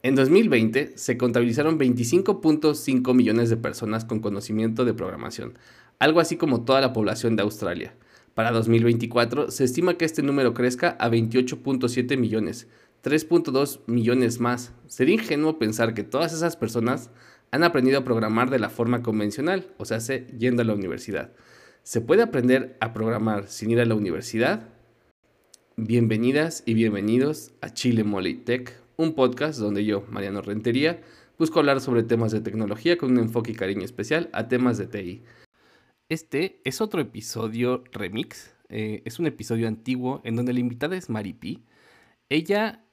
En 2020 se contabilizaron 25.5 millones de personas con conocimiento de programación, algo así como toda la población de Australia. Para 2024 se estima que este número crezca a 28.7 millones, 3.2 millones más. Sería ingenuo pensar que todas esas personas han aprendido a programar de la forma convencional, o sea, yendo a la universidad. ¿Se puede aprender a programar sin ir a la universidad? Bienvenidas y bienvenidos a Chile Mole y Tech, un podcast donde yo, Mariano Rentería, busco hablar sobre temas de tecnología con un enfoque y cariño especial a temas de TI. Este es otro episodio remix, es un episodio antiguo en donde la invitada es Maripi. Ella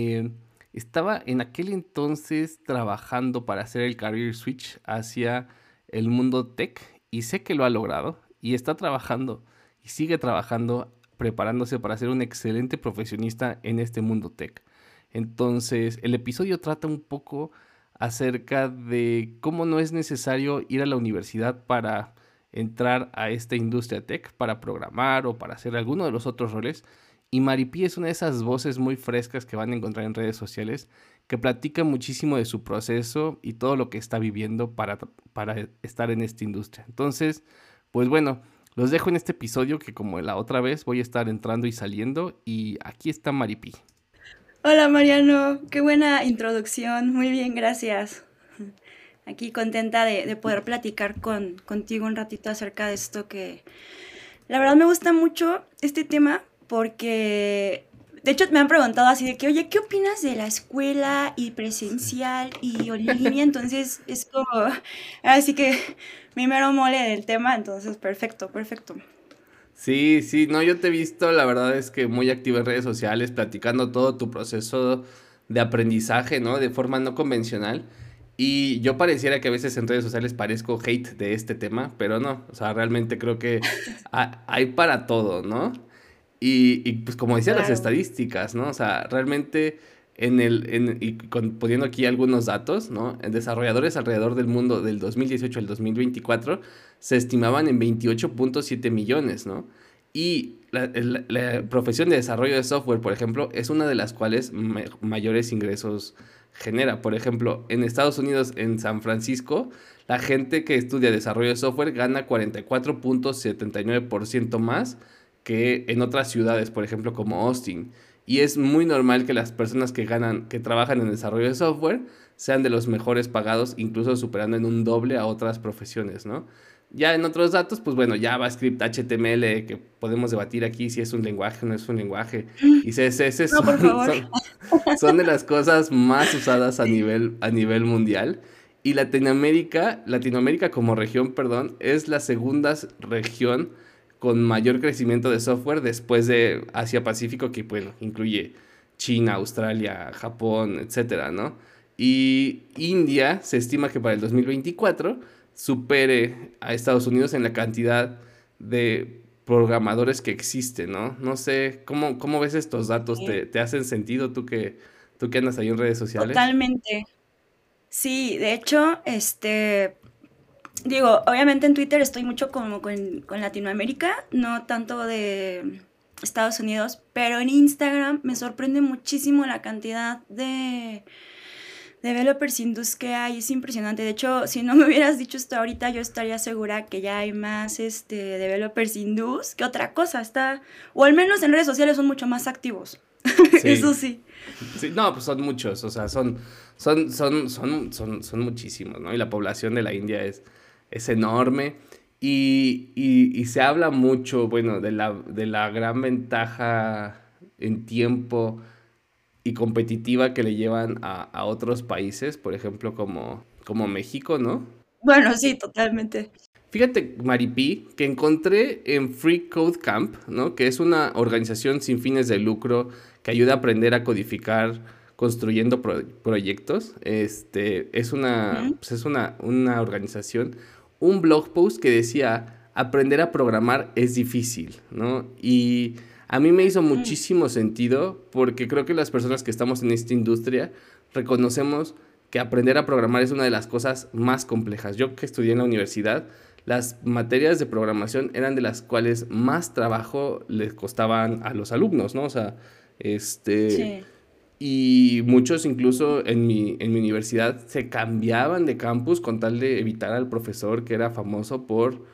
estaba en aquel entonces trabajando para hacer el career switch hacia el mundo tech y sé que lo ha logrado y está trabajando y sigue trabajando preparándose para ser un excelente profesionista en este mundo tech. Entonces, el episodio trata un poco acerca de cómo no es necesario ir a la universidad para entrar a esta industria tech, para programar o para hacer alguno de los otros roles. Y Maripi es una de esas voces muy frescas que van a encontrar en redes sociales, que platica muchísimo de su proceso y todo lo que está viviendo para estar en esta industria. Entonces, pues bueno, los dejo en este episodio que como la otra vez voy a estar entrando y saliendo y aquí está Maripi. Hola Mariano, qué buena introducción, muy bien, gracias. Aquí contenta de poder platicar contigo un ratito acerca de esto que la verdad me gusta mucho este tema porque de hecho me han preguntado así de que, oye, ¿qué opinas de la escuela y presencial y en línea? Entonces es como, así que mi mero mole del tema, entonces perfecto, perfecto. Sí, sí, no, yo te he visto, la verdad es que muy activo en redes sociales, platicando todo tu proceso de aprendizaje, ¿no? De forma no convencional. Y yo pareciera que a veces en redes sociales parezco hate de este tema, pero no, o sea, realmente creo que hay para todo, ¿no? Y pues como decía las Claro. estadísticas, ¿no? O sea, realmente poniendo aquí algunos datos, ¿no? En desarrolladores alrededor del mundo del 2018 al 2024 se estimaban en 28.7 millones, ¿no? Y la profesión de desarrollo de software, por ejemplo, es una de las cuales mayores ingresos genera. Por ejemplo, en Estados Unidos, en San Francisco, la gente que estudia desarrollo de software gana 44.79% más que en otras ciudades, por ejemplo, como Austin. Y es muy normal que las personas que trabajan en desarrollo de software, sean de los mejores pagados, incluso superando en un doble a otras profesiones, ¿no? Ya en otros datos, pues bueno, JavaScript, HTML, que podemos debatir aquí si es un lenguaje o no es un lenguaje, y CSS No, por favor. son de las cosas más usadas a nivel mundial. Y Latinoamérica como región, perdón, es la segunda región con mayor crecimiento de software después de Asia Pacífico, que bueno, incluye China, Australia, Japón, etcétera, ¿no? Y India se estima que para el 2024 supere a Estados Unidos en la cantidad de programadores que existen, ¿no? No sé, ¿cómo ves estos datos? ¿Te hacen sentido tú que andas ahí en redes sociales? Totalmente. Sí, de hecho, digo, obviamente en Twitter estoy mucho como con Latinoamérica, no tanto de Estados Unidos, pero en Instagram me sorprende muchísimo la cantidad de developers hindús que hay, es impresionante. De hecho, si no me hubieras dicho esto ahorita, yo estaría segura que ya hay más developers hindús que otra cosa, o al menos en redes sociales son mucho más activos. Eso Sí, sí. sí, no, pues son muchos, o sea, son muchísimos, ¿no? Y la población de la India es enorme y se habla mucho, bueno, de la gran ventaja en tiempo y competitiva que le llevan a otros países, por ejemplo, como México, ¿no? Bueno, sí, totalmente. Fíjate, Maripi, que encontré en Free Code Camp, ¿no? Que es una organización sin fines de lucro que ayuda a aprender a codificar construyendo proyectos. Ujú. Pues es una organización, un blog post que decía, aprender a programar es difícil, ¿no? Y a mí me hizo Mm. muchísimo sentido porque creo que las personas que estamos en esta industria reconocemos que aprender a programar es una de las cosas más complejas. Yo que estudié en la universidad, las materias de programación eran de las cuales más trabajo les costaban a los alumnos, ¿no? O sea, este, Sí. Y muchos incluso en mi universidad se cambiaban de campus con tal de evitar al profesor que era famoso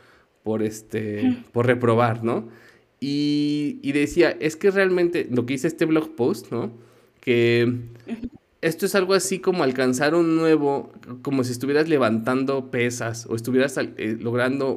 por reprobar, ¿no? Y decía, es que realmente lo que dice este blog post, ¿no? Que esto es algo así como alcanzar un nuevo, como si estuvieras levantando pesas o estuvieras logrando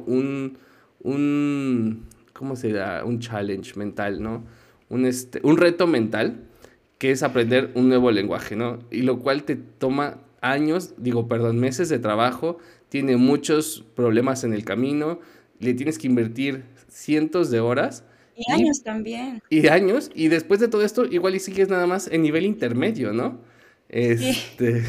¿cómo será? Un challenge mental, ¿no? Un reto mental que es aprender un nuevo lenguaje, ¿no? Y lo cual te toma años, digo, perdón, meses de trabajo, tiene muchos problemas en el camino, le tienes que invertir cientos de horas Y y, años también. y años, y después de todo esto, igual y sigues nada más en nivel intermedio, ¿no? Sí. Este,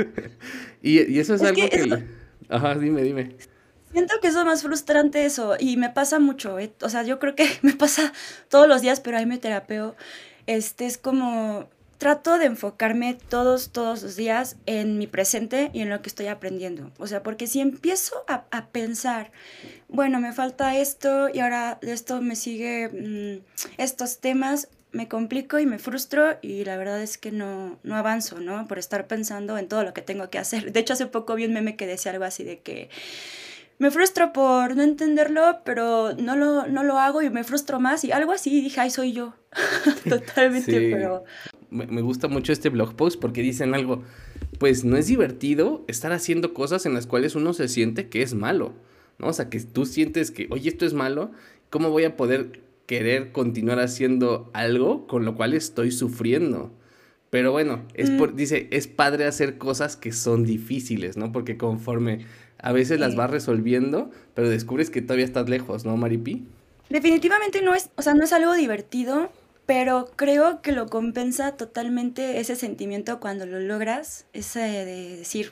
y eso es Es que algo que... Ajá, dime, dime. siento que es lo más frustrante eso, y me pasa mucho, o sea, yo creo que me pasa todos los días, pero ahí me terapeo. Es como, trato de enfocarme todos los días en mi presente y en lo que estoy aprendiendo. O sea, porque si empiezo a pensar, bueno, me falta esto y ahora de esto me sigue estos temas, me complico y me frustro y la verdad es que no avanzo, ¿no? Por estar pensando en todo lo que tengo que hacer. De hecho, hace poco vi un meme que decía algo así de que me frustro por no entenderlo, pero no lo hago y me frustro más y algo así, y dije, ay, soy yo. Totalmente, Sí, pero me gusta mucho este blog post porque dicen algo, pues no es divertido estar haciendo cosas en las cuales uno se siente que es malo, ¿no? O sea, que tú sientes que, oye, esto es malo, ¿cómo voy a poder querer continuar haciendo algo con lo cual estoy sufriendo? Pero bueno, mm, dice, es padre hacer cosas que son difíciles, ¿no? Porque conforme a veces las sí. vas resolviendo, pero descubres que todavía estás lejos, ¿no, Maripi? Definitivamente no es, o sea, no es algo divertido, pero creo que lo compensa totalmente ese sentimiento cuando lo logras, ese de decir,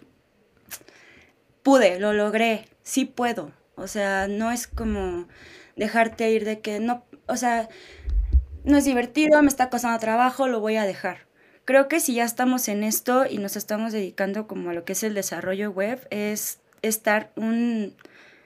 pude, lo logré, sí puedo. O sea, no es como dejarte ir de que no, o sea, no es divertido, me está costando trabajo, lo voy a dejar. Creo que si ya estamos en esto y nos estamos dedicando como a lo que es el desarrollo web, es estar un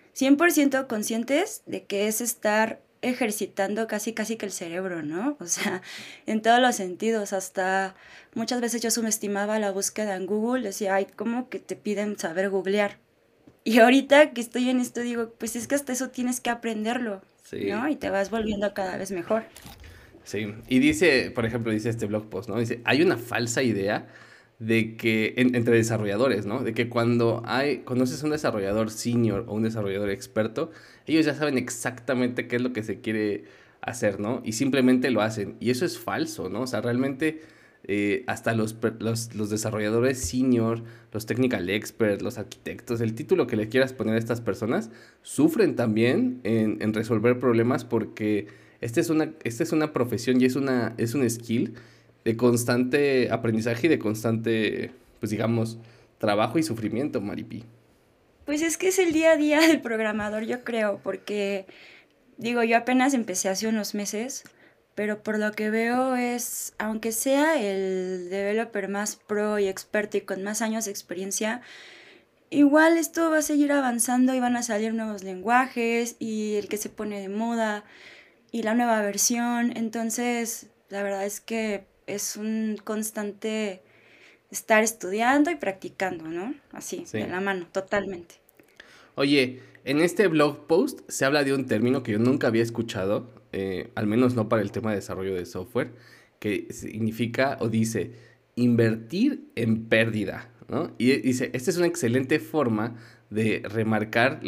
100% conscientes de que es estar ejercitando casi casi que el cerebro, ¿no? O sea, en todos los sentidos, hasta muchas veces yo subestimaba la búsqueda en Google, decía, ay, ¿cómo que te piden saber googlear? Y ahorita que estoy en esto digo, pues es que hasta eso tienes que aprenderlo, ¿no? Sí. Y te vas volviendo cada vez mejor. Sí, y dice, por ejemplo, dice este blog post, ¿no? Dice, hay una falsa idea de que, entre desarrolladores, ¿no? De que cuando conoces a un desarrollador senior o un desarrollador experto, ellos ya saben exactamente qué es lo que se quiere hacer, ¿no? Y simplemente lo hacen. Y eso es falso, ¿no? O sea, realmente hasta los desarrolladores senior, los technical experts, los arquitectos, el título que le quieras poner a estas personas, sufren también en resolver problemas porque esta es una profesión y es un skill de constante aprendizaje y de constante, pues digamos, trabajo y sufrimiento, Maripi. Pues es que es el día a día del programador, yo creo, porque digo, yo apenas empecé hace unos meses, pero por lo que veo es, aunque sea el developer más pro y experto y con más años de experiencia, igual esto va a seguir avanzando y van a salir nuevos lenguajes y el que se pone de moda y la nueva versión. Entonces, la verdad es que es un constante estar estudiando y practicando, ¿no? Así, de Sí. la mano, totalmente. Oye, en este blog post se habla de un término que yo nunca había escuchado, al menos no para el tema de desarrollo de software, que significa o dice invertir en pérdida, ¿no? Y dice, esta es una excelente forma de remarcar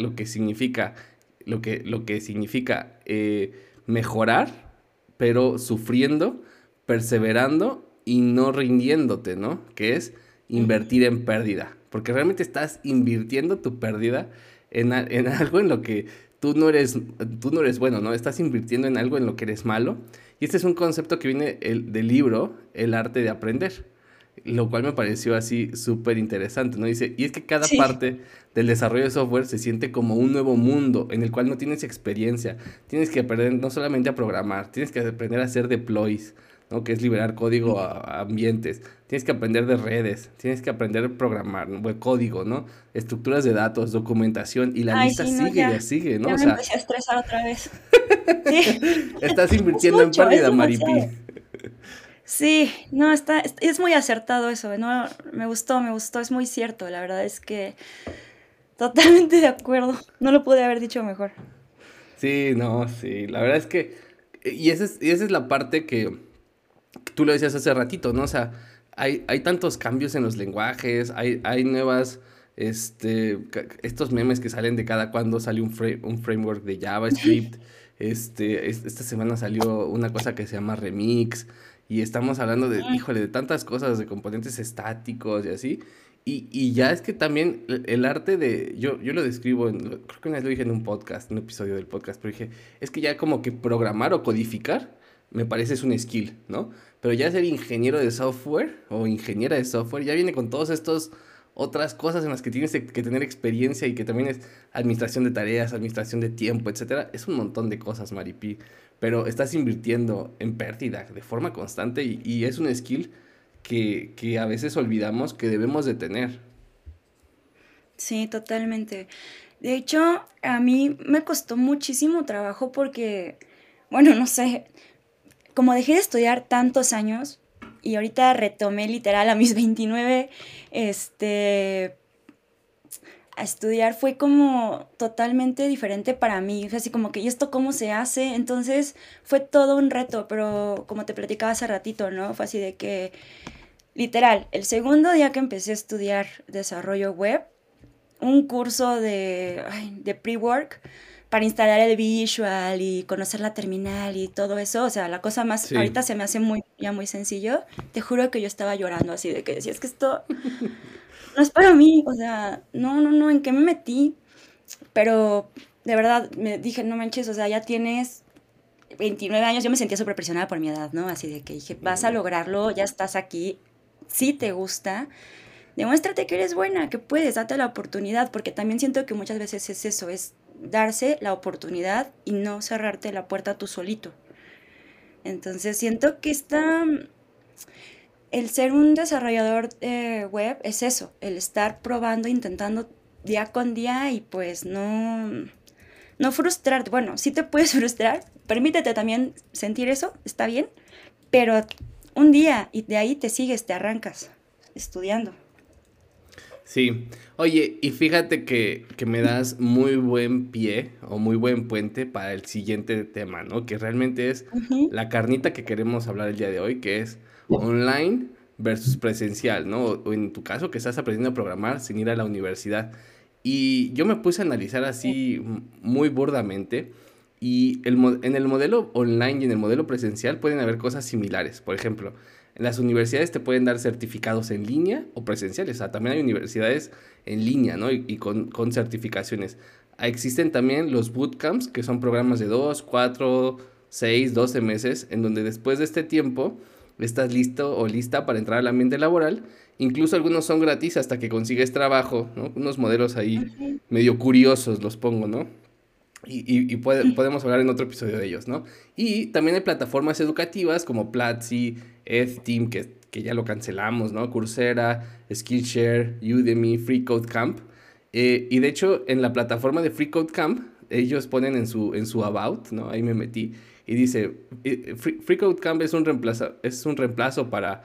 lo que significa mejorar, pero sufriendo, perseverando y no rindiéndote, ¿no? Que es Ujú. invertir en pérdida, porque realmente estás invirtiendo tu pérdida en algo en lo que tú no eres bueno, ¿no? Estás invirtiendo en algo en lo que eres malo. Y este es un concepto que viene del libro El arte de aprender, lo cual me pareció así súper interesante, ¿no? Dice, y es que cada Sí. parte del desarrollo de software se siente como un nuevo mundo en el cual no tienes experiencia. Tienes que aprender no solamente a programar, tienes que aprender a hacer deploys, ¿no? Que es liberar código a ambientes. Tienes que aprender de redes, tienes que aprender a programar, ¿no? Código, ¿no? Estructuras de datos, documentación, y la Ay, lista sí, no, sigue y ya, sigue, ¿no? ya O me sea, empecé a estresar otra vez. Sí, estás es invirtiendo en mucho, es pérdida, Maripi. demasiado. Sí, no, es muy acertado eso, no, me gustó, es muy cierto, la verdad es que totalmente de acuerdo, no lo pude haber dicho mejor. Sí, no, sí, la verdad es que, y esa es la parte que tú lo decías hace ratito, ¿no? O sea, hay tantos cambios en los lenguajes, hay nuevas, estos memes que salen de cada cuando sale un framework de JavaScript. Esta semana salió una cosa que se llama Remix, y estamos hablando de, Mm, híjole, de tantas cosas, de componentes estáticos y así. Y ya es que también el arte de, yo lo describo, creo que una vez lo dije en un podcast, un episodio del podcast, pero dije, es que ya como que programar o codificar me parece es un skill, ¿no? Pero ya ser ingeniero de software o ingeniera de software ya viene con todos estos otras cosas en las que tienes que tener experiencia, y que también es administración de tareas, administración de tiempo, etcétera. Es un montón de cosas, Maripi. Pero estás invirtiendo en pérdida de forma constante, y es un skill que a veces olvidamos que debemos de tener. sí, totalmente. De hecho, a mí me costó muchísimo trabajo porque, bueno, no sé, como dejé de estudiar tantos años y ahorita retomé literal a mis 29, este, a estudiar fue como totalmente diferente para mí. Fue así como que, ¿y esto cómo se hace? Entonces fue todo un reto, pero como te platicaba hace ratito, ¿no? Fue así de que, literal, el segundo día que empecé a estudiar desarrollo web, un curso de pre-work para instalar el visual y conocer la terminal y todo eso, o sea, la cosa más, Sí, ahorita se me hace ya muy sencillo, te juro que yo estaba llorando así de que decía, es que esto no es para mí, o sea, no, no, no, ¿en qué me metí? Pero de verdad me dije, no manches, o sea, ya tienes 29 años, yo me sentía súper presionada por mi edad, ¿no? Así de que dije, vas a lograrlo, ya estás aquí, si te gusta, demuéstrate que eres buena, que puedes, date la oportunidad, porque también siento que muchas veces es eso, es darse la oportunidad y no cerrarte la puerta tú solito. Entonces siento que el ser un desarrollador web es eso, el estar probando, intentando día con día y pues no frustrarte. Bueno, sí te puedes frustrar, permítete también sentir eso, está bien, pero un día y de ahí te sigues, te arrancas estudiando. sí. Oye, y fíjate que me das muy buen pie o muy buen puente para el siguiente tema, ¿no? Que realmente es Ujú, la carnita que queremos hablar el día de hoy, que es online versus presencial, ¿no? O en tu caso, que estás aprendiendo a programar sin ir a la universidad. Y yo me puse a analizar así muy burdamente, y en el modelo online y en el modelo presencial pueden haber cosas similares. Por ejemplo, en las universidades te pueden dar certificados en línea o presenciales. O sea, también hay universidades en línea, ¿no? Y con certificaciones. Existen también los bootcamps, que son programas de 2, 4, 6, 12 meses, en donde después de este tiempo estás listo o lista para entrar al ambiente laboral. Incluso algunos son gratis hasta que consigues trabajo, ¿no? Unos modelos ahí ujú. medio curiosos los pongo, ¿no? Podemos hablar en otro episodio de ellos, ¿no? Y también hay plataformas educativas como Platzi, EdTeam, que ya lo cancelamos, ¿no? Coursera, Skillshare, Udemy, FreeCodeCamp. Y de hecho, en la plataforma de FreeCodeCamp, ellos ponen en su About, ¿no? Ahí me metí. Y dice, FreeCodeCamp es un reemplazo para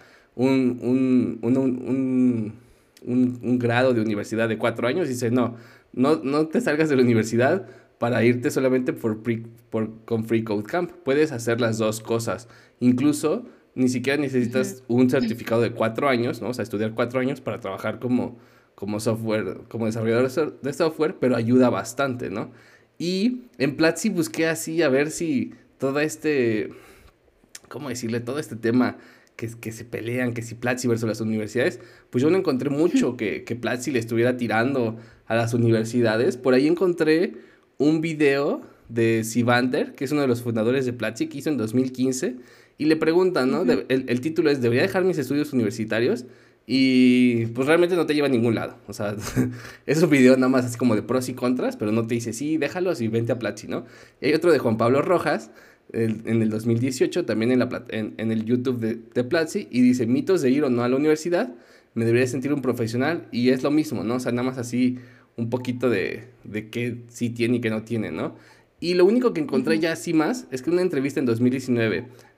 un grado de universidad de 4 años. Y dice, no, no te salgas de la universidad para irte solamente con Free Code Camp. Puedes hacer las dos cosas. Incluso ni siquiera Ujú. necesitas un certificado de 4 años, ¿no? O sea, estudiar 4 años para trabajar como software, como desarrollador de software, pero ayuda bastante, ¿no? Y en Platzi busqué así a ver si todo ¿cómo decirle? Todo este tema que se pelean, que si Platzi versus las universidades, pues yo no encontré mucho que Platzi le estuviera tirando a las universidades. Por ahí encontré un video de Sivander, que es uno de los fundadores de Platzi, que hizo en 2015, y le preguntan, ¿no? Ujú. El título es, ¿debería dejar mis estudios universitarios? Y pues realmente no te lleva a ningún lado. O sea, es un video nada más así como de pros y contras, pero no te dice, sí, déjalos y vente a Platzi, ¿no? Y hay otro de Juan Pablo Rojas, en el 2018, también en el YouTube de Platzi, y dice, mitos de ir o no a la universidad, me debería sentir un profesional, y es lo mismo, ¿no? O sea, nada más así un poquito de qué sí tiene y qué no tiene, ¿no? Y lo único que encontré Ujú. ya así más es que en una entrevista en 2019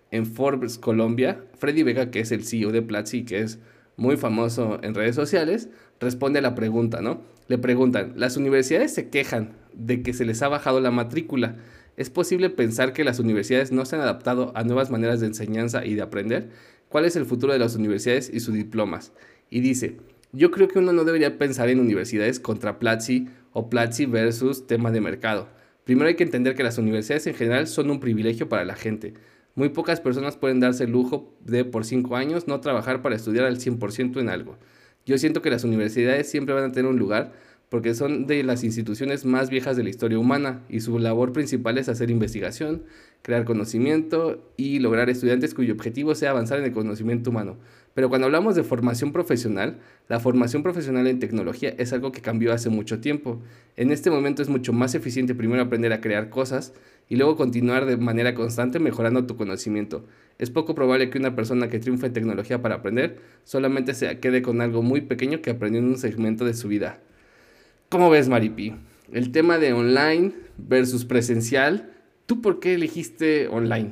En Forbes Colombia, Freddy Vega, que es el CEO de Platzi, que es muy famoso en redes sociales, responde a la pregunta, ¿no? Le preguntan, las universidades se quejan de que se les ha bajado la matrícula. ¿Es posible pensar que las universidades no se han adaptado a nuevas maneras de enseñanza y de aprender? ¿Cuál es el futuro de las universidades y sus diplomas? Y dice, yo creo que uno no debería pensar en universidades contra Platzi o Platzi versus tema de mercado. Primero hay que entender que las universidades en general son un privilegio para la gente. Muy pocas personas pueden darse el lujo de por 5 años no trabajar para estudiar al 100% en algo. Yo siento que las universidades siempre van a tener un lugar porque son de las instituciones más viejas de la historia humana y su labor principal es hacer investigación, crear conocimiento y lograr estudiantes cuyo objetivo sea avanzar en el conocimiento humano. Pero cuando hablamos de formación profesional, la formación profesional en tecnología es algo que cambió hace mucho tiempo. En este momento es mucho más eficiente primero aprender a crear cosas y luego continuar de manera constante mejorando tu conocimiento. Es poco probable que una persona que triunfe en tecnología para aprender solamente se quede con algo muy pequeño que aprendió en un segmento de su vida. ¿Cómo ves, Maripi? El tema de online versus presencial, ¿tú por qué elegiste online?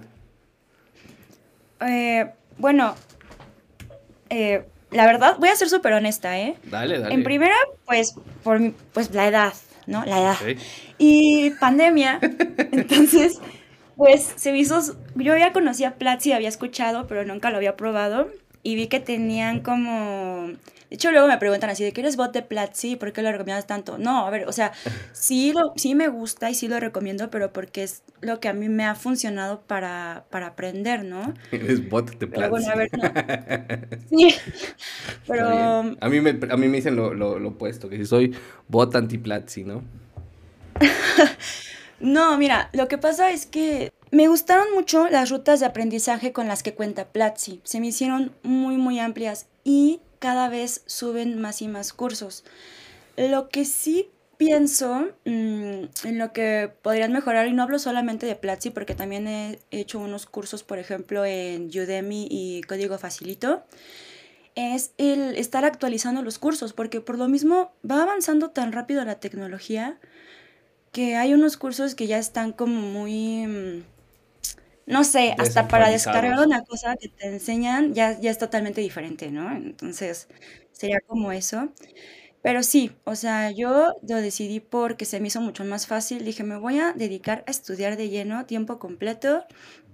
Bueno, la verdad, voy a ser súper honesta, ¿eh? Dale, En dale. primera, pues, pues la edad, ¿no? La edad. Ok. Y pandemia. Entonces, pues se me hizo. Yo ya conocía Platzi, había escuchado, pero nunca lo había probado. Y vi que tenían como. De hecho, luego me preguntan así: ¿de qué eres bot de Platzi? ¿Por qué lo recomiendas tanto? No, a ver, o sea, sí me gusta y sí lo recomiendo, pero porque es lo que a mí me ha funcionado para aprender, ¿no? Eres bot de Pero bueno, a Platzi. ver, no. Sí, Está bien. pero A mí me dicen lo opuesto, que si soy bot anti-Platzi, ¿no? no, mira, lo que pasa es que me gustaron mucho las rutas de aprendizaje con las que cuenta Platzi. Se me hicieron muy, muy amplias y cada vez suben más y más cursos. Lo que sí pienso en lo que podrían mejorar, y no hablo solamente de Platzi, porque también he hecho unos cursos, por ejemplo, en Udemy y Código Facilito, es el estar actualizando los cursos, porque por lo mismo va avanzando tan rápido la tecnología que hay unos cursos que ya están como muy, no sé, hasta para descargar Desactualizados. una cosa que te enseñan ya es totalmente diferente, ¿no? Entonces, sería como eso. Pero sí, o sea, yo lo decidí porque se me hizo mucho más fácil. Dije, me voy a dedicar a estudiar de lleno, tiempo completo.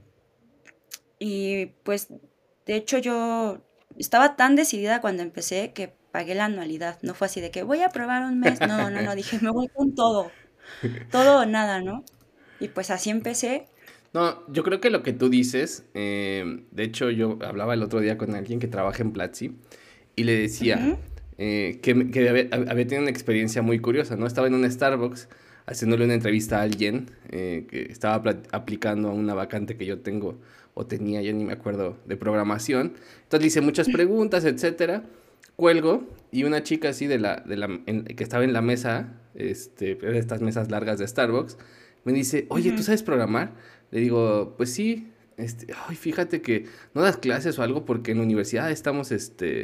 Y pues, de hecho, yo estaba tan decidida cuando empecé que pagué la anualidad. No fue así de que voy a probar un mes. No, no, no, dije, me voy con todo, todo o nada, ¿no? Y pues así empecé. No, yo creo que lo que tú dices, de hecho yo hablaba el otro día con alguien que trabaja en Platzi y le decía Ujú, que había tenido una experiencia muy curiosa, ¿no? Estaba en un Starbucks haciéndole una entrevista a alguien que estaba aplicando a una vacante que yo tengo o tenía, ya ni me acuerdo, de programación. Entonces le hice muchas preguntas, etcétera. Cuelgo y una chica así que estaba en la mesa, de estas mesas largas de Starbucks, me dice, oye, ¿tú ujú. sabes programar? Le digo, pues sí, ay, fíjate que no das clases o algo porque en la universidad estamos,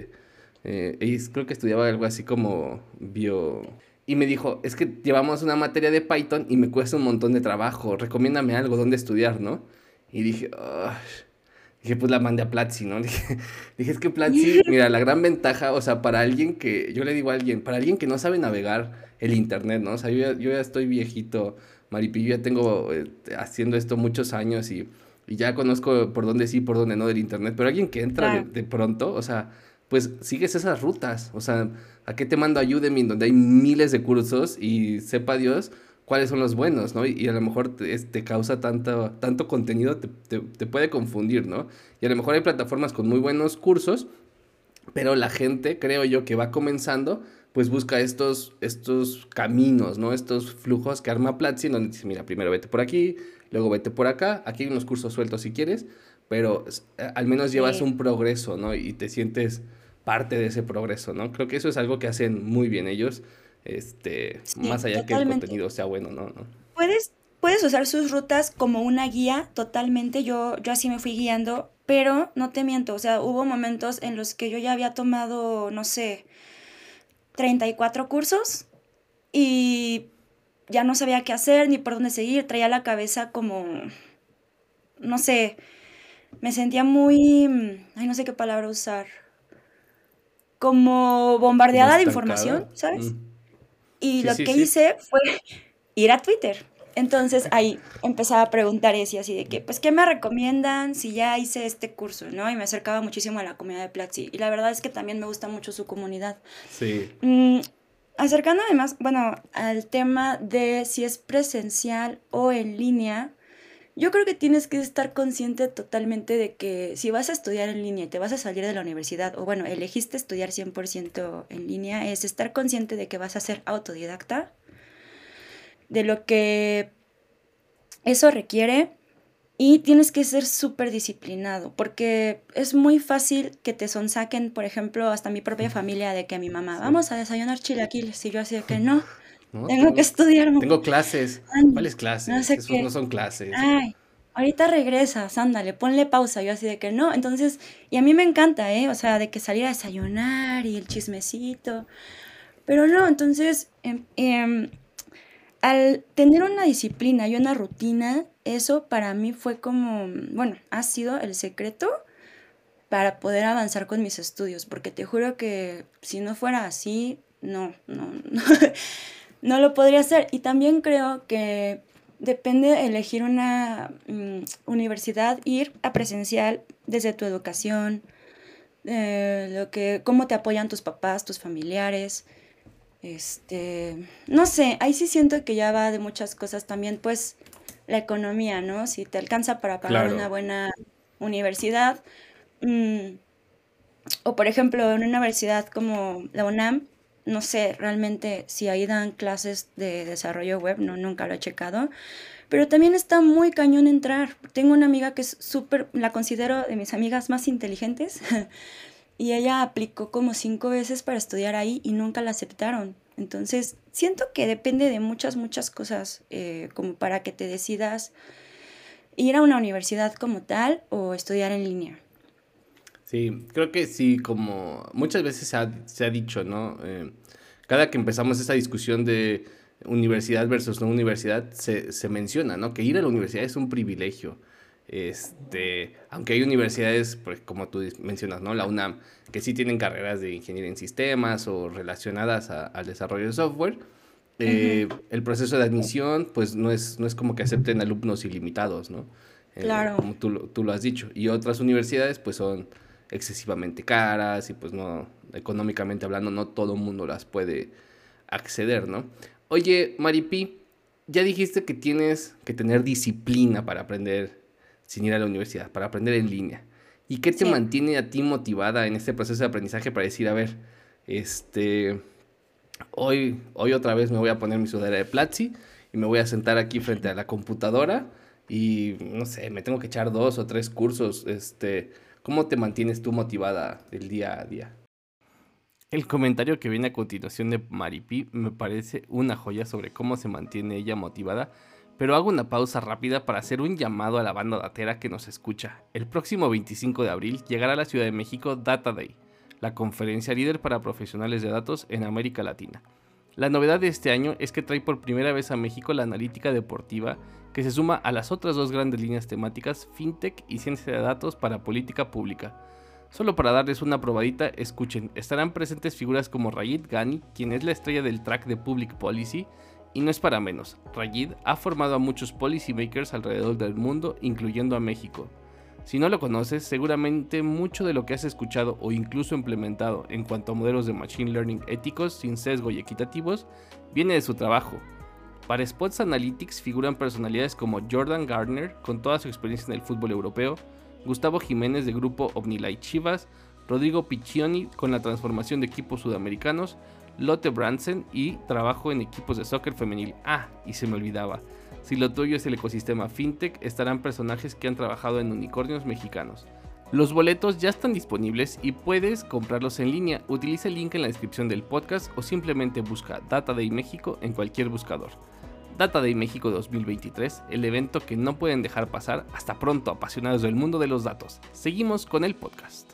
ella creo que estudiaba algo así como bio. Y me dijo, es que llevamos una materia de Python y me cuesta un montón de trabajo, recomiéndame algo, dónde estudiar, ¿no? Y dije, "Ay". Dije, pues la mandé a Platzi, ¿no? Dije, es que Platzi, mira, la gran ventaja, o sea, para alguien que, yo le digo a alguien, para alguien que no sabe navegar el internet, ¿no? O sea, yo ya estoy viejito, Maripi, yo ya tengo haciendo esto muchos años y ya conozco por dónde sí, por dónde no del internet, pero alguien que entra de, Claro, de pronto, o sea, pues sigues esas rutas, o sea, ¿a qué te mando a Udemy donde hay miles de cursos y sepa Dios cuáles son los buenos, ¿no? Y a lo mejor te causa tanto contenido, te puede confundir, ¿no? Y a lo mejor hay plataformas con muy buenos cursos, pero la gente, creo yo, que va comenzando, pues busca estos caminos, ¿no? Estos flujos que arma Platzi, donde dice, mira, primero vete por aquí, luego vete por acá, aquí hay unos cursos sueltos si quieres, pero al menos llevas sí, un progreso, ¿no? Y te sientes parte de ese progreso, ¿no? Creo que eso es algo que hacen muy bien ellos, sí, más allá que el totalmente. contenido sea bueno, ¿no? ¿No? Puedes usar sus rutas como una guía totalmente. Yo así me fui guiando, pero no te miento, o sea, hubo momentos en los que yo ya había tomado, no sé, 34 cursos y ya no sabía qué hacer ni por dónde seguir. Traía la cabeza como, no sé, me sentía muy, ay, no sé qué palabra usar, como ¿Como bombardeada de información, estancada? ¿sabes? Y Sí, lo sí, que sí. hice fue ir a Twitter. Entonces ahí empezaba a preguntar y decía así de que, pues, ¿qué me recomiendan si ya hice este curso, no? Y me acercaba muchísimo a la comunidad de Platzi. Y la verdad es que también me gusta mucho su comunidad. Sí, Mm, acercando además, bueno, al tema de si es presencial o en línea, yo creo que tienes que estar consciente totalmente de que si vas a estudiar en línea y te vas a salir de la universidad, o bueno, elegiste estudiar 100% en línea, es estar consciente de que vas a ser autodidacta, de lo que eso requiere y tienes que ser súper disciplinado, porque es muy fácil que te sonsaquen, por ejemplo, hasta mi propia familia, de que mi mamá, sí. vamos a desayunar chilaquiles, y yo así de que no, No, tengo que estudiar, tengo clases. anda, ¿Cuáles no clases? sé Esos no qué. son clases. Ay, ahorita regresas, ándale, ponle pausa. Yo así de que no. Entonces, y a mí me encanta, ¿eh? O sea, de que salir a desayunar y el chismecito. Pero no, entonces, al tener una disciplina y una rutina, eso para mí fue como, bueno, ha sido el secreto para poder avanzar con mis estudios, porque te juro que si no fuera así, no, no lo podría hacer. Y también creo que depende de elegir una universidad, ir a presencial desde tu educación, cómo te apoyan tus papás, tus familiares. No sé, ahí sí siento que ya va de muchas cosas también, pues la economía, ¿no? Si te alcanza para pagar una Claro. buena universidad, mm, o por ejemplo, en una universidad como la UNAM, no sé realmente si ahí dan clases de desarrollo web, no, nunca lo he checado, pero también está muy cañón entrar. Tengo una amiga que es súper, la considero de mis amigas más inteligentes, y ella aplicó como 5 veces para estudiar ahí y nunca la aceptaron. Entonces, siento que depende de muchas, muchas cosas, como para que te decidas ir a una universidad como tal o estudiar en línea. Sí, creo que sí, como muchas veces se ha dicho, ¿no? Cada que empezamos esta discusión de universidad versus no universidad, se menciona, ¿no? Que ir a la universidad es un privilegio. Aunque hay universidades, pues, como tú mencionas, ¿no? La UNAM, que sí tienen carreras de ingeniería en sistemas o relacionadas al desarrollo de software. Ujú, El proceso de admisión, pues no es como que acepten alumnos ilimitados, ¿no? claro. Como tú lo has dicho. Y otras universidades, pues son excesivamente caras y pues no, económicamente hablando, no todo el mundo las puede acceder, ¿no? Oye, Maripi, ya dijiste que tienes que tener disciplina para aprender sin ir a la universidad, para aprender en línea. ¿Y qué te Sí. mantiene a ti motivada en este proceso de aprendizaje para decir, a ver, este, hoy otra vez me voy a poner mi sudadera de Platzi y me voy a sentar aquí frente a la computadora y no sé, me tengo que echar 2 o 3 cursos. ¿Cómo te mantienes tú motivada el día a día? El comentario que viene a continuación de Maripi me parece una joya sobre cómo se mantiene ella motivada, pero hago una pausa rápida para hacer un llamado a la banda datera que nos escucha. El próximo 25 de abril llegará a la Ciudad de México Data Day, la conferencia líder para profesionales de datos en América Latina. La novedad de este año es que trae por primera vez a México la analítica deportiva, que se suma a las otras dos grandes líneas temáticas, fintech y ciencia de datos para política pública. Solo para darles una probadita, escuchen, estarán presentes figuras como Rayid Ghani, quien es la estrella del track de Public Policy, y no es para menos, Rayid ha formado a muchos policymakers alrededor del mundo, incluyendo a México. Si no lo conoces, seguramente mucho de lo que has escuchado o incluso implementado en cuanto a modelos de Machine Learning éticos, sin sesgo y equitativos, viene de su trabajo. Para Spots Analytics figuran personalidades como Jordan Gardner, con toda su experiencia en el fútbol europeo, Gustavo Jiménez de grupo Omnilay Chivas, Rodrigo Piccioni con la transformación de equipos sudamericanos, Lotte Brandsen y trabajo en equipos de soccer femenil. Ah, y se me olvidaba, si lo tuyo es el ecosistema fintech, estarán personajes que han trabajado en unicornios mexicanos. Los boletos ya están disponibles y puedes comprarlos en línea. Utiliza el link en la descripción del podcast o simplemente busca Data Day México en cualquier buscador. Data Day México 2023, el evento que no pueden dejar pasar. Hasta pronto, apasionados del mundo de los datos. Seguimos con el podcast.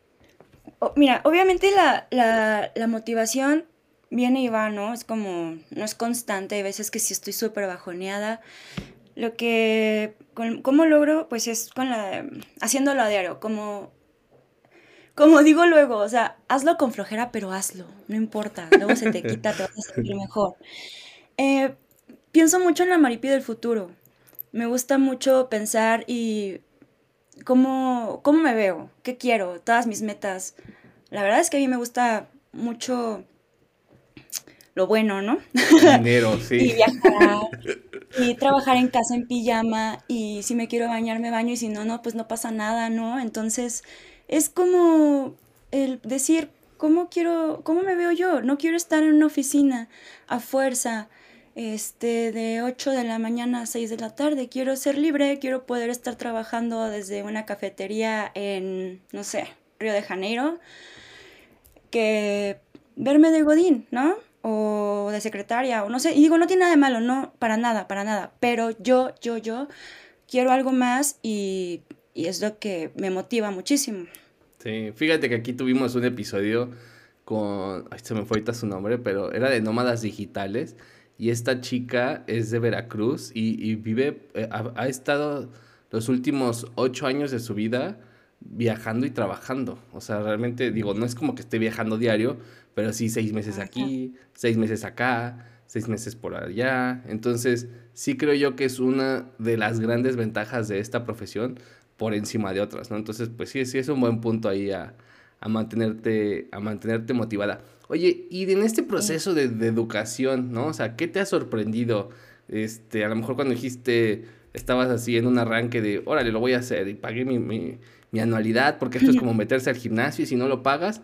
Mira, obviamente la motivación viene y va, ¿no? Es como, no es constante, hay veces que sí estoy súper bajoneada. ¿Cómo logro? Pues es haciéndolo a diario, como digo luego, o sea, hazlo con flojera, pero hazlo, no importa, luego se te quita, te vas a sentir mejor. Eh, Pienso mucho en la Maripi del futuro. Me gusta mucho pensar y cómo me veo, qué quiero, todas mis metas. La verdad es que a mí me gusta mucho lo bueno, ¿no? Dinero, sí. Y viajar, y trabajar en casa en pijama, y si me quiero bañar, me baño, y si no, no, pues no pasa nada, ¿no? Entonces, es como el decir, cómo me veo yo? No quiero estar en una oficina a fuerza, de 8 de la mañana a 6 de la tarde. Quiero ser libre, quiero poder estar trabajando desde una cafetería en, no sé, Río de Janeiro, que verme de Godín, ¿no? O de secretaria, o no sé. Y digo, no tiene nada de malo, no, para nada. Pero yo quiero algo más y es lo que me motiva muchísimo. Sí, fíjate que aquí tuvimos un episodio con, ay, se me fue ahorita su nombre, pero era de nómadas digitales y esta chica es de Veracruz y vive, ha estado los últimos 8 años de su vida viajando y trabajando. O sea, realmente digo, no es como que esté viajando diario, pero sí 6 meses Ajá. aquí, 6 meses acá, 6 meses por allá. Entonces, sí creo yo que es una de las grandes ventajas de esta profesión por encima de otras, ¿no? Entonces, pues sí, sí es un buen punto ahí a mantenerte motivada. Oye, y en este Sí. proceso de educación, ¿no? O sea, ¿qué te ha sorprendido? A lo mejor cuando dijiste, estabas así en un arranque de, órale, lo voy a hacer y pagué mi anualidad, porque esto es como meterse al gimnasio y si no lo pagas,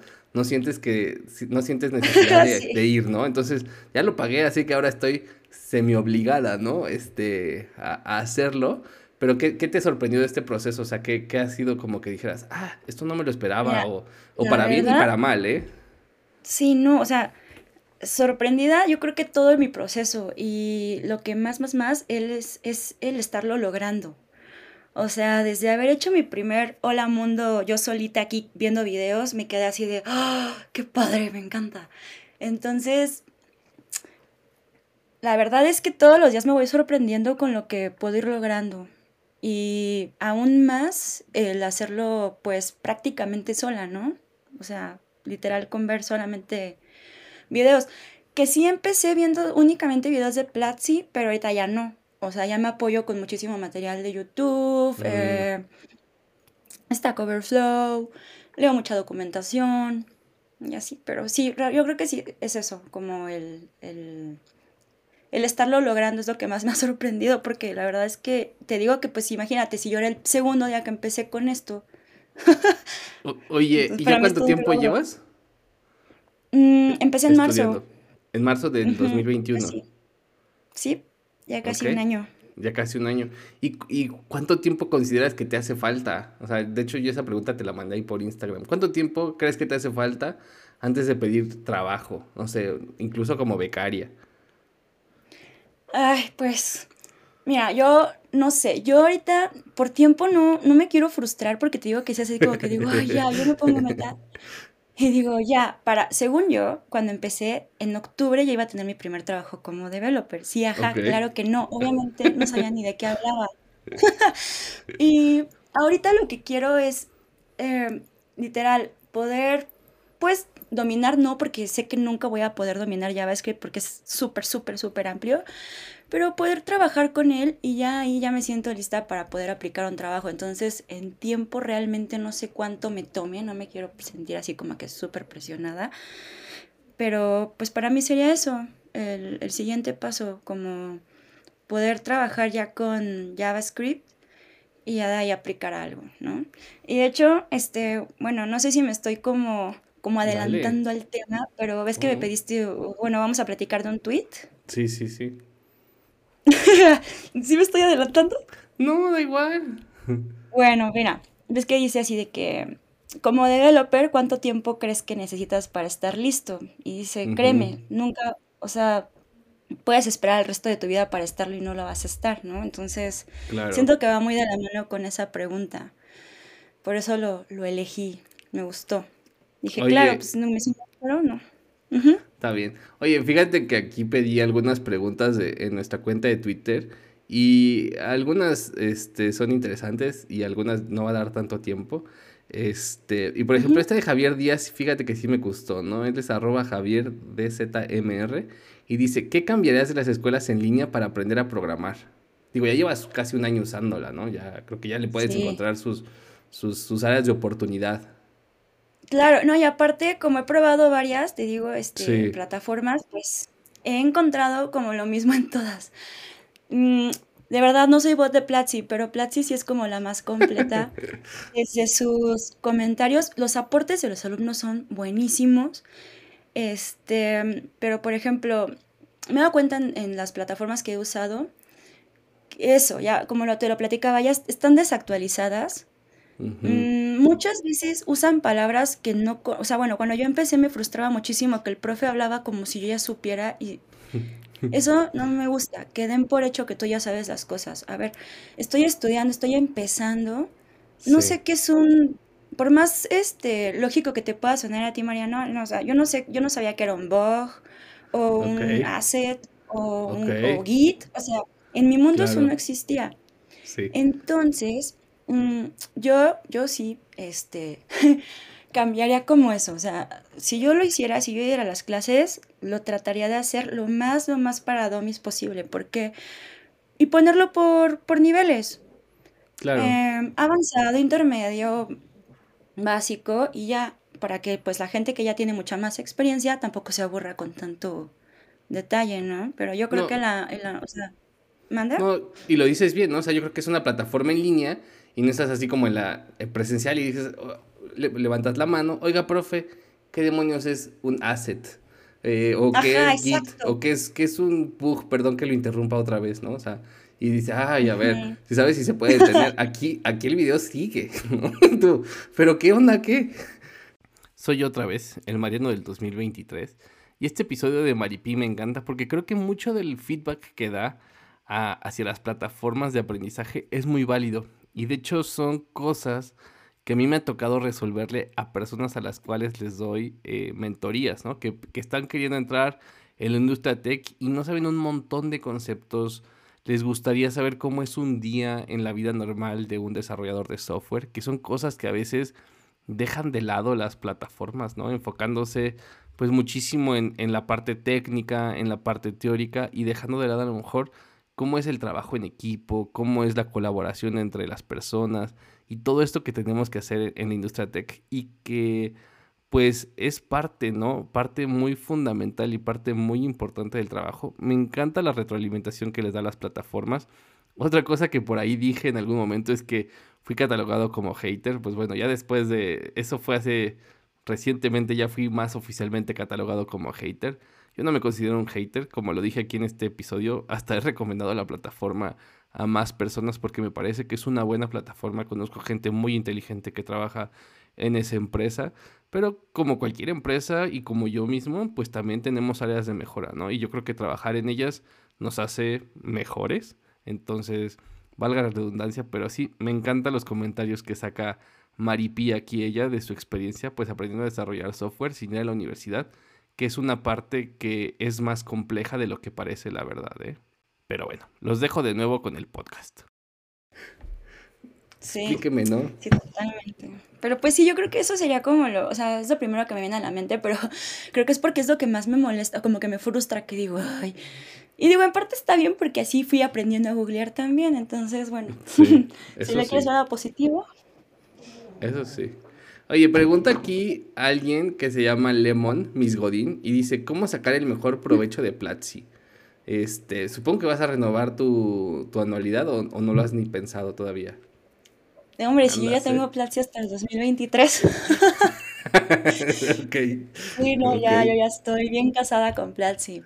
no sientes necesidad de Sí. ir, ¿no? Entonces, ya lo pagué, así que ahora estoy semi obligada, ¿no? A hacerlo. Pero ¿qué te sorprendió de este proceso? O sea, ¿qué ha sido como que dijeras, esto no me lo esperaba? Mira, O la para bien y verdad, para mal, ¿eh? sí, no, o sea, sorprendida, yo creo que todo en mi proceso y lo que más, es el estarlo logrando. O sea, desde haber hecho mi primer Hola Mundo yo solita aquí viendo videos, me quedé así de, ¡ah, qué padre, me encanta! Entonces, la verdad es que todos los días me voy sorprendiendo con lo que puedo ir logrando. Y aún más el hacerlo pues prácticamente sola, ¿no? O sea, literal con ver solamente videos. Que sí empecé viendo únicamente videos de Platzi, pero ahorita ya no. O sea, ya me apoyo con muchísimo material de YouTube, Mm, Stack Overflow, leo mucha documentación y así. Pero sí, yo creo que sí es eso, como el estarlo logrando es lo que más me ha sorprendido, porque la verdad es que te digo que pues imagínate, si yo era el segundo día que empecé con esto, Oye, entonces ¿y ya para mí es cuánto todo un tiempo logro. llevas Empecé en marzo. estudiando? En marzo del Ujú, 2021. casi. Sí, ya Ok, casi un año. ya casi un año. ¿Y cuánto tiempo consideras que te hace falta? O sea, de hecho yo esa pregunta te la mandé ahí por Instagram. ¿Cuánto tiempo crees que te hace falta antes de pedir trabajo? No sé, incluso como becaria. Ay, pues, mira, yo no sé, yo ahorita por tiempo no me quiero frustrar porque te digo que es así como que digo, ay, ya, yo me pongo meta y digo, ya, según yo, cuando empecé en octubre ya iba a tener mi primer trabajo como developer. Sí, Ok. ajá, claro que no, obviamente no sabía ni de qué hablaba. Y ahorita lo que quiero es, literal, poder, pues, dominar, no, porque sé que nunca voy a poder dominar JavaScript porque es súper amplio, pero poder trabajar con él y ya ahí ya me siento lista para poder aplicar un trabajo. Entonces, en tiempo realmente no sé cuánto me tome, no me quiero sentir así como que súper presionada, pero pues para mí sería eso, el siguiente paso, como poder trabajar ya con JavaScript y ya de ahí aplicar algo, ¿no? Y de hecho, bueno, no sé si me estoy como Dale. adelantando al tema, pero ves que me Ujú. pediste, bueno, vamos a platicar de un tweet. Sí, sí, sí. ¿Sí me estoy adelantando? No, da igual. Bueno, mira, ves que dice así de que, como developer, ¿cuánto tiempo crees que necesitas para estar listo? Y dice, Ujú, créeme, nunca, o sea, puedes esperar el resto de tu vida para estarlo y no lo vas a estar, ¿no? Entonces, claro. siento que va muy de la mano con esa pregunta. Por eso lo elegí, me gustó. Dije, claro, Oye, pues no me siento, pero no. Ujú. está bien. Oye, fíjate que aquí pedí algunas preguntas en nuestra cuenta de Twitter Y algunas son interesantes y algunas no va a dar tanto tiempo. Y por ejemplo, Ujú. esta de Javier Díaz, fíjate que sí me gustó, ¿no? Él es arroba Javier DZMR y dice, ¿qué cambiarías de las escuelas en línea para aprender a programar? Digo, ya llevas casi un año usándola, ¿no? Ya creo que ya le puedes Sí. encontrar sus áreas de oportunidad. Claro, no, y aparte, como he probado varias, te digo, Sí. plataformas, pues he encontrado como lo mismo en todas. Mm, de verdad no soy bot de Platzi, pero Platzi sí es como la más completa. Desde sus comentarios, los aportes de los alumnos son buenísimos. Pero por ejemplo, me he dado cuenta en las plataformas que he usado, que eso, ya como te lo platicaba, ya están desactualizadas. Ujú. Muchas veces usan palabras que no, o sea, bueno, cuando yo empecé me frustraba muchísimo que el profe hablaba como si yo ya supiera y eso no me gusta, que den por hecho que tú ya sabes las cosas. A ver, estoy estudiando, estoy empezando, no Sí. sé qué es por más lógico que te pueda sonar a ti, Mariano, no, o sea, yo no sé, yo no sabía que era un bug o Ok. un asset Ok. o Git, o sea, en mi mundo eso no Claro. existía. Sí. Entonces, yo sí, cambiaría como eso, o sea, si yo lo hiciera, si yo diera las clases, lo trataría de hacer lo más para dummies posible, porque, y ponerlo por niveles, Claro. avanzado, intermedio, básico, y ya, para que pues la gente que ya tiene mucha más experiencia tampoco se aburra con tanto detalle, ¿no? Pero yo creo que No, o sea, ¿manda? no, y lo dices bien, ¿no? O sea, yo creo que es una plataforma en línea y no estás así como en la presencial y dices, oh, levantas la mano, oiga, profe, ¿qué demonios es un asset? O qué Ajá, es Git, o exacto. qué es un bug, perdón que lo interrumpa otra vez, ¿no? O sea, y dice, ay, a ver, Ujú. si sabes si se puede detener, aquí el video sigue, ¿no? Tú, pero ¿qué onda, qué? Soy otra vez, el Mariano del 2023, y este episodio de Maripí me encanta porque creo que mucho del feedback que da hacia las plataformas de aprendizaje es muy válido, y de hecho son cosas que a mí me ha tocado resolverle a personas a las cuales les doy mentorías, ¿no? Que están queriendo entrar en la industria tech y no saben un montón de conceptos. Les gustaría saber cómo es un día en la vida normal de un desarrollador de software, que son cosas que a veces dejan de lado las plataformas, ¿no? Enfocándose pues muchísimo en la parte técnica, en la parte teórica y dejando de lado a lo mejor cómo es el trabajo en equipo, cómo es la colaboración entre las personas y todo esto que tenemos que hacer en la industria tech y que pues es parte, ¿no? Parte muy fundamental y parte muy importante del trabajo. Me encanta la retroalimentación que les da las plataformas. Otra cosa que por ahí dije en algún momento es que fui catalogado como hater. Pues bueno, ya después de eso fue hace recientemente ya fui más oficialmente catalogado como hater. Yo no me considero un hater, como lo dije aquí en este episodio, hasta he recomendado la plataforma a más personas porque me parece que es una buena plataforma. Conozco gente muy inteligente que trabaja en esa empresa, pero como cualquier empresa y como yo mismo, pues también tenemos áreas de mejora, ¿no? Y yo creo que trabajar en ellas nos hace mejores. Entonces, valga la redundancia, pero sí, me encantan los comentarios que saca Maripi aquí ella de su experiencia, pues aprendiendo a desarrollar software sin ir a la universidad, que es una parte que es más compleja de lo que parece, la verdad, ¿eh? Pero bueno, los dejo de nuevo con el podcast. Sí, Explíqueme, ¿no? sí, totalmente. Pero pues sí, yo creo que eso sería como o sea, es lo primero que me viene a la mente, pero creo que es porque es lo que más me molesta, como que me frustra, que digo, ay. Y digo, en parte está bien porque así fui aprendiendo a googlear también, entonces, bueno, Sí, si eso le quieres ver sí. algo positivo. Eso sí. Oye, pregunta aquí alguien que se llama Lemon, Miss Godín, y dice, ¿cómo sacar el mejor provecho de Platzi? Supongo que vas a renovar tu anualidad o no lo has ni pensado todavía. Hombre, si yo ya Andas, ¿eh? tengo Platzi hasta el 2023. Ok, Sí, no, ok. ya, yo ya estoy bien casada con Platzi.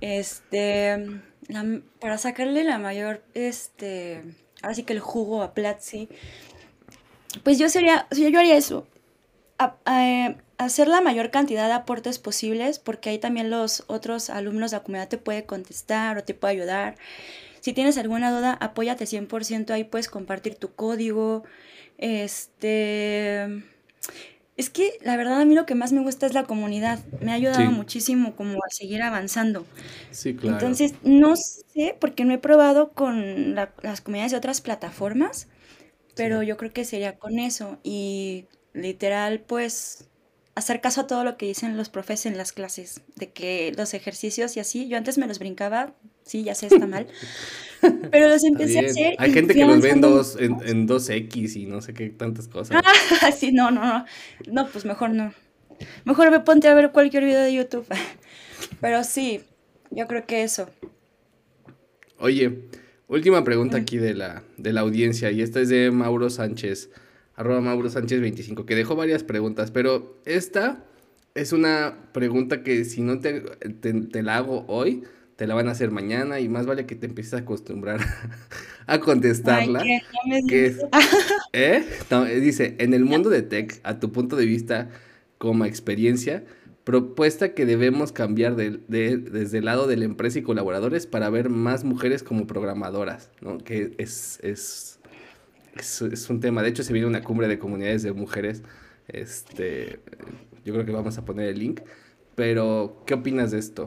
Para sacarle la mayor, ahora sí que el jugo a Platzi, pues yo haría eso, hacer la mayor cantidad de aportes posibles, porque ahí también los otros alumnos de la comunidad te puede contestar o te puede ayudar. Si tienes alguna duda, apóyate 100%, ahí puedes compartir tu código. Este, Es que la verdad a mí lo que más me gusta es la comunidad. Me ha ayudado Sí, muchísimo como a seguir avanzando. sí, claro. Entonces, no sé, porque no he probado con las comunidades de otras plataformas, Sí. pero yo creo que sería con eso. Y literal, pues, hacer caso a todo lo que dicen los profes en las clases, de que los ejercicios y así, yo antes me los brincaba, sí, ya sé, está mal, pero los Está empecé a bien. hacer Hay y gente fui que los ve avanzando mucho más. en 2x y no sé qué tantas cosas. Ah, sí, no, no, no. No, pues mejor no. Mejor me ponte a ver cualquier video de YouTube. Pero sí, yo creo que eso. Oye, última pregunta Mm. aquí de la audiencia, y esta es de Mauro Sánchez, @Mauro Sánchez 25, que dejó varias preguntas, pero esta es una pregunta que si no te la hago hoy, te la van a hacer mañana, y más vale que te empieces a acostumbrar a Ay, contestarla, que no me que digas. es, ¿eh? No, dice, en el Ya. mundo de tech, a tu punto de vista como experiencia, propuesta que debemos cambiar desde el lado de la empresa y colaboradores para ver más mujeres como programadoras, ¿no? Que es un tema. De hecho, se viene una cumbre de comunidades de mujeres. Este, yo creo que vamos a poner el link. Pero, ¿qué opinas de esto?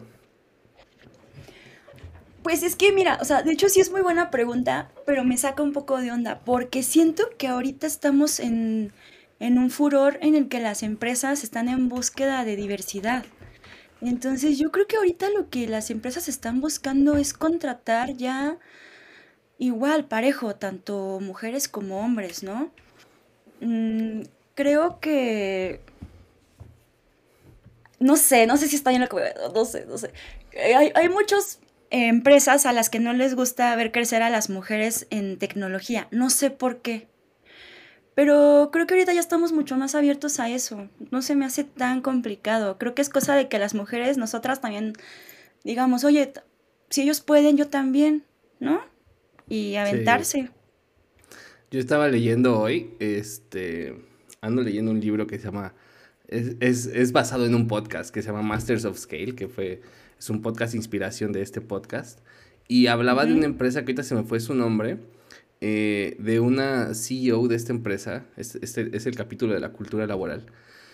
Pues es que mira, o sea, de hecho sí es muy buena pregunta, pero me saca un poco de onda, porque siento que ahorita estamos en un furor en el que las empresas están en búsqueda de diversidad. Entonces yo creo que ahorita lo que las empresas están buscando es contratar ya igual, parejo, tanto mujeres como hombres, ¿no? Mm, creo que, no sé si está bien lo que voy a, no sé, no sé. Hay muchas empresas a las que no les gusta ver crecer a las mujeres en tecnología, no sé por qué, pero creo que ahorita ya estamos mucho más abiertos a eso, no se me hace tan complicado, creo que es cosa de que las mujeres, nosotras también digamos, oye, si ellos pueden, yo también, ¿no? Y Sí. aventarse. Yo estaba leyendo hoy, ando leyendo un libro que se llama, es basado en un podcast que se llama Masters of Scale, es un podcast de inspiración de este podcast, y hablaba de una Ujú. empresa que ahorita se me fue su nombre, de una CEO de esta empresa, es el capítulo de la cultura laboral,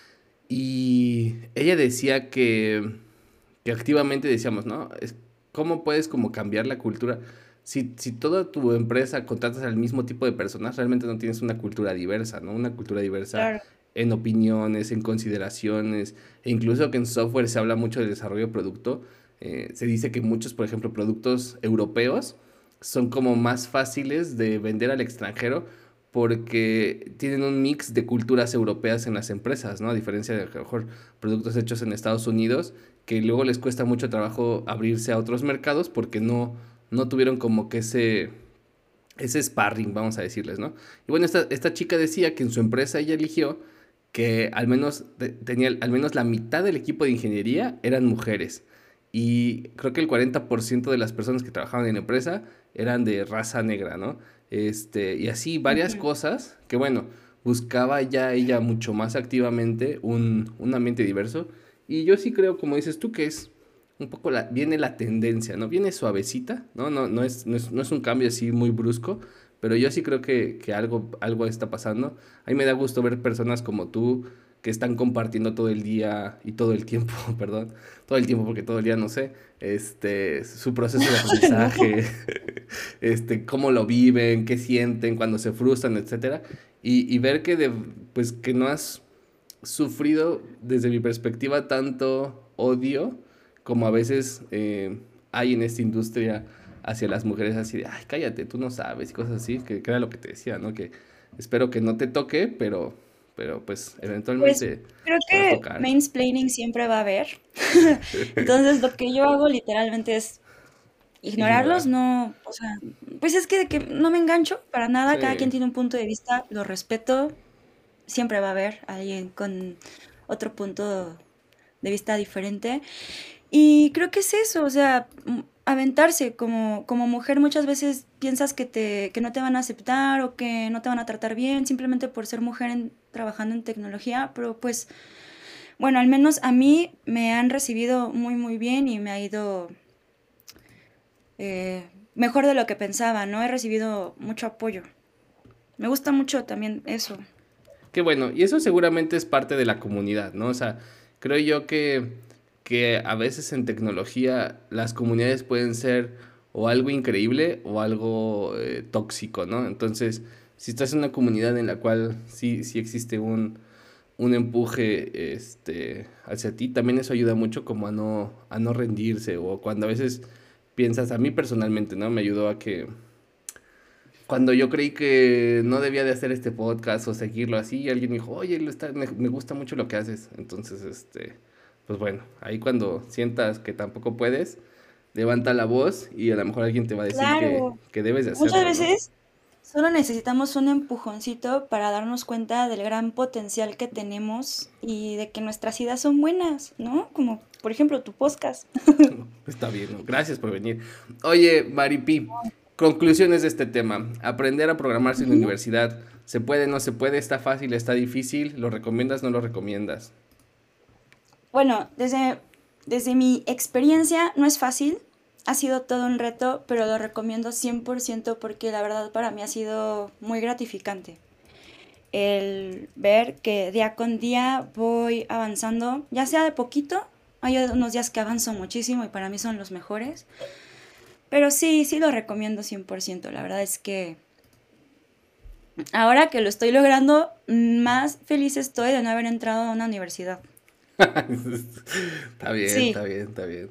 y ella decía que activamente decíamos, ¿no? ¿Cómo puedes como cambiar la cultura? Si toda tu empresa contratas al mismo tipo de personas, realmente no tienes una cultura diversa, ¿no? Una cultura diversa Claro. en opiniones, en consideraciones, e incluso que en software se habla mucho del desarrollo de producto. Se dice que muchos, por ejemplo, productos europeos son como más fáciles de vender al extranjero porque tienen un mix de culturas europeas en las empresas, ¿no? A diferencia de a lo mejor productos hechos en Estados Unidos, que luego les cuesta mucho trabajo abrirse a otros mercados porque no tuvieron como que ese sparring, vamos a decirles, ¿no? Y bueno, esta chica decía que en su empresa ella eligió que al menos tenía al menos la mitad del equipo de ingeniería eran mujeres. Y creo que el 40% de las personas que trabajaban en la empresa eran de raza negra, ¿no? Y así varias Ujú. cosas que, bueno, buscaba ya ella mucho más activamente un ambiente diverso. Y yo sí creo, como dices tú, que es un poco viene la tendencia, ¿no? Viene suavecita, ¿no? No es un cambio así muy brusco, pero yo sí creo que algo está pasando. A mí me da gusto ver personas como tú que están compartiendo todo el día y todo el tiempo, perdón, todo el tiempo porque todo el día no sé, su proceso de No. aprendizaje, cómo lo viven, qué sienten cuando se frustran, etcétera, y ver pues que no has sufrido desde mi perspectiva tanto odio como a veces hay en esta industria hacia las mujeres así de, ay, cállate, tú no sabes y cosas así, que era lo que te decía, ¿no? Que espero que no te toque, pero pues Pues eventualmente creo te va a que tocar. mansplaining siempre va a haber. Entonces lo que yo hago literalmente es ignorarlos, Ignorar. no, o sea, pues es que de que no me engancho para nada, cada quien Sí, tiene un punto de vista, lo respeto, siempre va a haber alguien con otro punto de vista diferente. Y creo que es eso, o sea, aventarse como mujer muchas veces piensas que no te van a aceptar o que no te van a tratar bien simplemente por ser mujer trabajando en tecnología, pero pues, bueno, al menos a mí me han recibido muy, muy bien y me ha ido mejor de lo que pensaba, ¿no? He recibido mucho apoyo. Me gusta mucho también eso. Qué bueno, y eso seguramente es parte de la comunidad, ¿no? O sea, creo yo que a veces en tecnología las comunidades pueden ser o algo increíble o algo tóxico, ¿no? Entonces, si estás en una comunidad en la cual sí existe un empuje hacia ti, también eso ayuda mucho como a no rendirse o cuando a veces piensas, a mí personalmente, ¿no? Me ayudó a que cuando yo creí que no debía de hacer este podcast o seguirlo así, alguien me dijo, oye, me gusta mucho lo que haces. Entonces, pues bueno, ahí cuando sientas que tampoco puedes, levanta la voz y a lo mejor alguien te va a decir Claro, que debes de muchas hacerlo, ¿no? veces solo necesitamos un empujoncito para darnos cuenta del gran potencial que tenemos y de que nuestras ideas son buenas, ¿no? Como por ejemplo tu podcast. Está bien, ¿no? Gracias por venir. Oye, Maripi, conclusiones de este tema. Aprender a programarse en la Ujú. universidad. ¿Se puede, no se puede? ¿Está fácil, está difícil? ¿Lo recomiendas, no lo recomiendas? Bueno, desde mi experiencia no es fácil, ha sido todo un reto, pero lo recomiendo 100% porque la verdad para mí ha sido muy gratificante. El ver que día con día voy avanzando, ya sea de poquito, hay unos días que avanzo muchísimo y para mí son los mejores, pero sí, sí lo recomiendo 100%. La verdad es que ahora que lo estoy logrando, más feliz estoy de no haber entrado a una universidad. Está bien, está Sí. bien, está bien.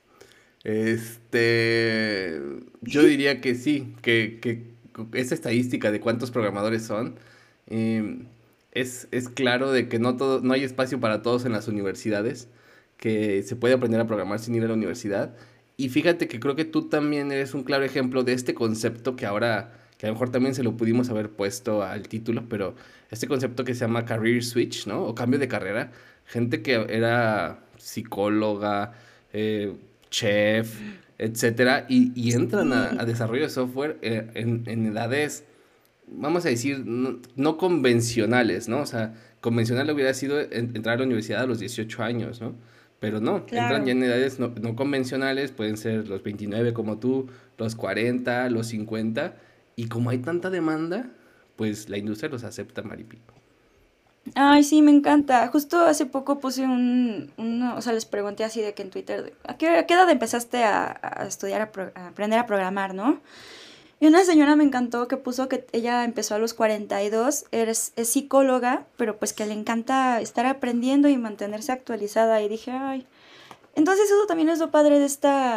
Yo diría que sí, que esa estadística de cuántos programadores son, eh, es claro de que no hay espacio para todos en las universidades, que se puede aprender a programar sin ir a la universidad. Y fíjate que creo que tú también eres un claro ejemplo de este concepto que ahora, que a lo mejor también se lo pudimos haber puesto al título, pero este concepto que se llama career switch, ¿no? O cambio de carrera. Gente que era psicóloga, eh, chef, etcétera, y entran a Sí, desarrollo de software en edades, vamos a decir, no convencionales, ¿no? O sea, convencional hubiera sido entrar a la universidad a los 18 años, ¿no? Pero no, entran ya claro. en edades no convencionales, pueden ser los 29 como tú, los 40, los 50, y como hay tanta demanda, pues la industria los acepta, Maripi. Ay, sí, me encanta. Justo hace poco puse o sea, les pregunté así de que en Twitter, a qué edad empezaste a estudiar, a aprender a programar, ¿no? Y una señora me encantó que puso que ella empezó a los 42, es psicóloga, pero pues que le encanta estar aprendiendo y mantenerse actualizada. Y dije, ay, entonces eso también es lo padre de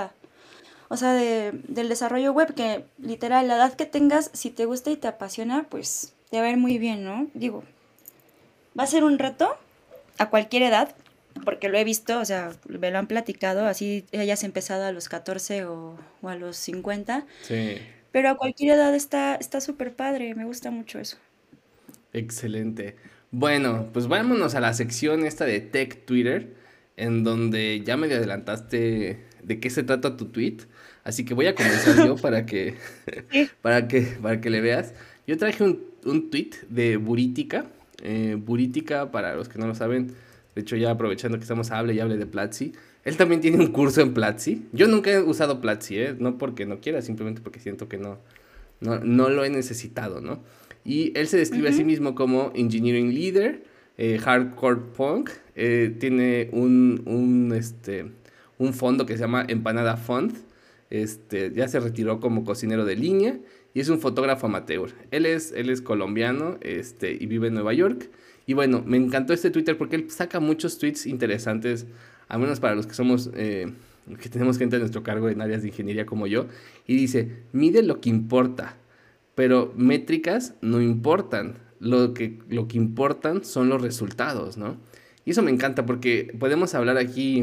o sea, del desarrollo web, que literal, la edad que tengas, si te gusta y te apasiona, pues te va a ir muy bien, ¿no? Digo, va a ser un reto a cualquier edad, porque lo he visto, o sea, me lo han platicado, así hayas empezado a los 14 o a los 50, Sí, pero a cualquier edad está súper padre, me gusta mucho eso. excelente. Bueno, pues vámonos a la sección esta de Tech Twitter, en donde ya medio adelantaste de qué se trata tu tweet. Así que voy a comenzar yo para que, Sí. para que le veas. Yo traje un tweet de Burítica. Burítica, para los que no lo saben, de hecho ya aprovechando que estamos hable y hable de Platzi, él también tiene un curso en Platzi. Yo nunca he usado Platzi, no porque no quiera, simplemente porque siento que no lo he necesitado, ¿no? Y él se describe a sí Ujú. mismo como Engineering Leader, Hardcore Punk, tiene un fondo que se llama Empanada Fund, ya se retiró como cocinero de línea y es un fotógrafo amateur. Él es colombiano, y vive en Nueva York. Y bueno, me encantó este Twitter porque él saca muchos tweets interesantes, al menos para los que somos, que tenemos gente a nuestro cargo en áreas de ingeniería como yo. Y dice, mide lo que importa, pero métricas no importan. Lo que importan son los resultados, ¿no? Y eso me encanta porque podemos hablar aquí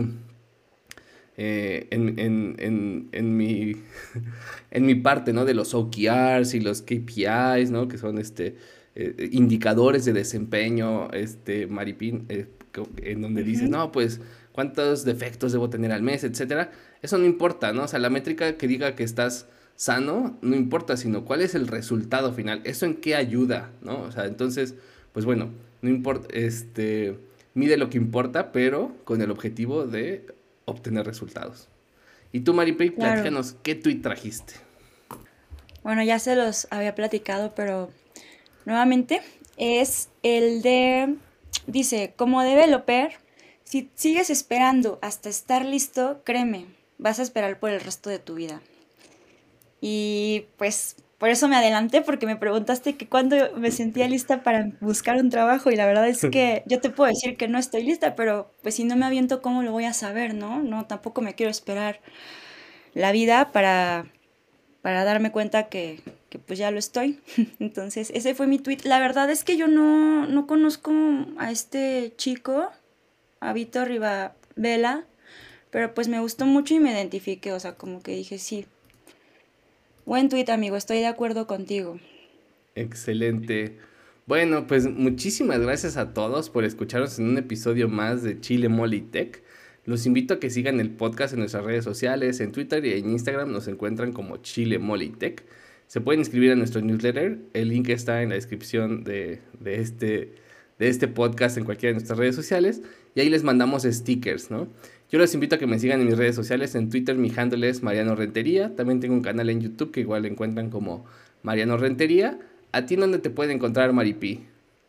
en en mi parte, ¿no? De los OKRs y los KPIs, ¿no? Que son indicadores de desempeño, Maripín, en donde dices, Ujú. no, pues, cuántos defectos debo tener al mes, etcétera. Eso no importa, ¿no? O sea, la métrica que diga que estás sano, no importa, sino cuál es el resultado final. Eso en qué ayuda, ¿no? O sea, entonces, pues bueno, no importa, mide lo que importa, pero con el objetivo de obtener resultados. Y tú, Maripey, Claro. platícanos qué tweet trajiste. Bueno, ya se los había platicado, pero nuevamente, es el de, dice, como developer, si sigues esperando hasta estar listo, créeme, vas a esperar por el resto de tu vida. Y pues por eso me adelanté, porque me preguntaste que cuándo me sentía lista para buscar un trabajo y la verdad es que yo te puedo decir que no estoy lista, pero pues si no me aviento, ¿cómo lo voy a saber, no? No, tampoco me quiero esperar la vida para darme cuenta que pues ya lo estoy. Entonces, ese fue mi tweet. La verdad es que yo no conozco a este chico, a Víctor Rivavela, pero pues me gustó mucho y me identifiqué, o sea, como que dije, sí, buen tweet, amigo, estoy de acuerdo contigo. Excelente. Bueno, pues muchísimas gracias a todos por escucharnos en un episodio más de Chile Mole y Tech. Los invito a que sigan el podcast en nuestras redes sociales, en Twitter y en Instagram nos encuentran como Chile Mole y Tech. Se pueden inscribir a nuestro newsletter, el link está en la descripción de este podcast en cualquiera de nuestras redes sociales y ahí les mandamos stickers, ¿no? Yo los invito a que me sigan en mis redes sociales, en Twitter mi handle es Mariano Rentería, también tengo un canal en YouTube que igual encuentran como Mariano Rentería. ¿A ti dónde te puede encontrar, Maripi?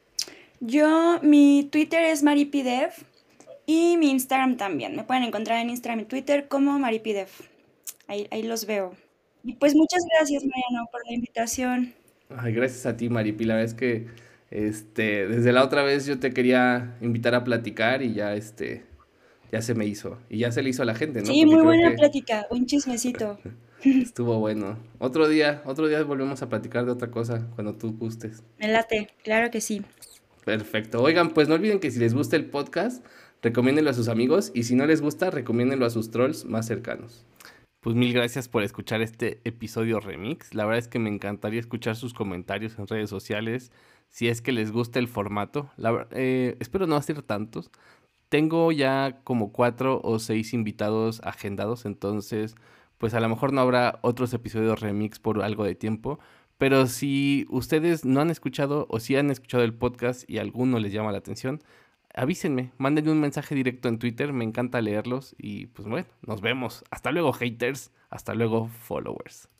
Mi Twitter es maripidev y mi Instagram también. Me pueden encontrar en Instagram y Twitter como maripidev. Ahí los veo. Y pues muchas gracias, Mariano, por la invitación. Ay, gracias a ti, Maripi. La verdad es que desde la otra vez yo te quería invitar a platicar y ya se me hizo. Y ya se le hizo a la gente, ¿no? Sí, Porque muy creo buena que plática, buen chismecito. estuvo bueno. Otro día volvemos a platicar de otra cosa cuando tú gustes. Me late, claro que sí. Perfecto. Oigan, pues no olviden que si les gusta el podcast, recomiéndenlo a sus amigos y si no les gusta, recomiéndenlo a sus trolls más cercanos. Pues mil gracias por escuchar este episodio remix. La verdad es que me encantaría escuchar sus comentarios en redes sociales. Si es que les gusta el formato. Espero no hacer tantos. Tengo ya como 4 o 6 invitados agendados. Entonces, pues a lo mejor no habrá otros episodios remix por algo de tiempo. Pero si ustedes no han escuchado o si han escuchado el podcast y alguno les llama la atención, avísenme, mándenme un mensaje directo en Twitter, me encanta leerlos y pues bueno, nos vemos. Hasta luego haters, hasta luego followers.